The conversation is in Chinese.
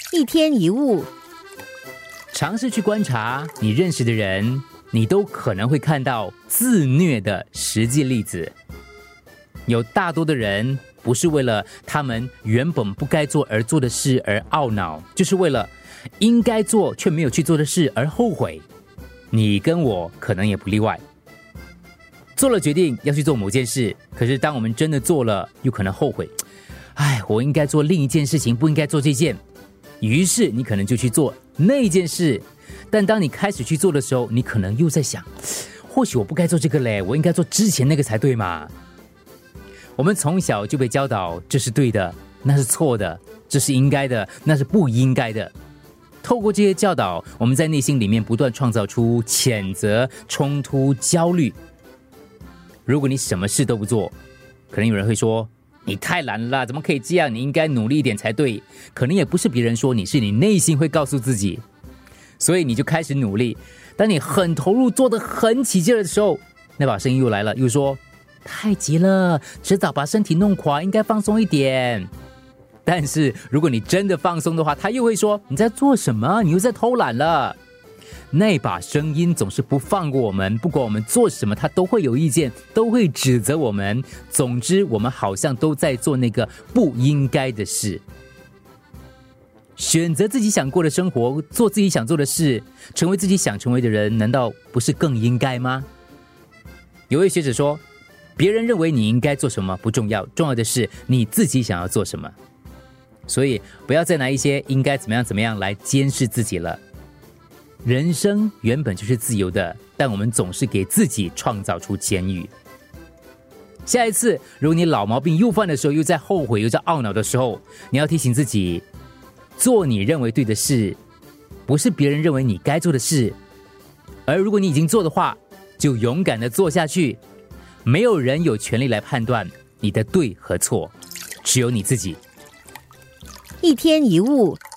一天一物， 尝试去观察你认识的人，你都可能会看到自虐的实际例子。有大多的人不是为了他们原本不该做而做的事而懊恼，就是为了应该做却没有去做的事而后悔。你跟我可能也不例外。做了决定要去做某件事，可是当我们真的做了，又可能后悔。我应该做另一件事情，不应该做这件。于是你可能就去做那件事，但当你开始去做的时候，你可能又在想，或许我不该做这个嘞，我应该做之前那个才对嘛。我们从小就被教导，这是对的，那是错的，这是应该的，那是不应该的。透过这些教导，我们在内心里面不断创造出谴责、冲突、焦虑。如果你什么事都不做，可能有人会说，你太懒了，怎么可以这样？你应该努力一点才对。可能也不是别人说你，是你内心会告诉自己。所以你就开始努力。当你很投入，做得很起劲的时候，那把声音又来了，又说，太急了，迟早把身体弄垮，应该放松一点。但是如果你真的放松的话，他又会说，你在做什么？你又在偷懒了。那把声音总是不放过我们，不管我们做什么，他都会有意见，都会指责我们。总之，我们好像都在做那个不应该的事。选择自己想过的生活，做自己想做的事，成为自己想成为的人，难道不是更应该吗？有位学者说，别人认为你应该做什么不重要，重要的是你自己想要做什么。所以不要再拿一些应该怎么样怎么样来监视自己了。人生原本就是自由的，但我们总是给自己创造出监狱。下一次如果你老毛病又犯的时候，又在后悔又在懊恼的时候，你要提醒自己，做你认为对的事，不是别人认为你该做的事。而如果你已经做的话，就勇敢地做下去。没有人有权利来判断你的对和错，只有你自己。 一天一物。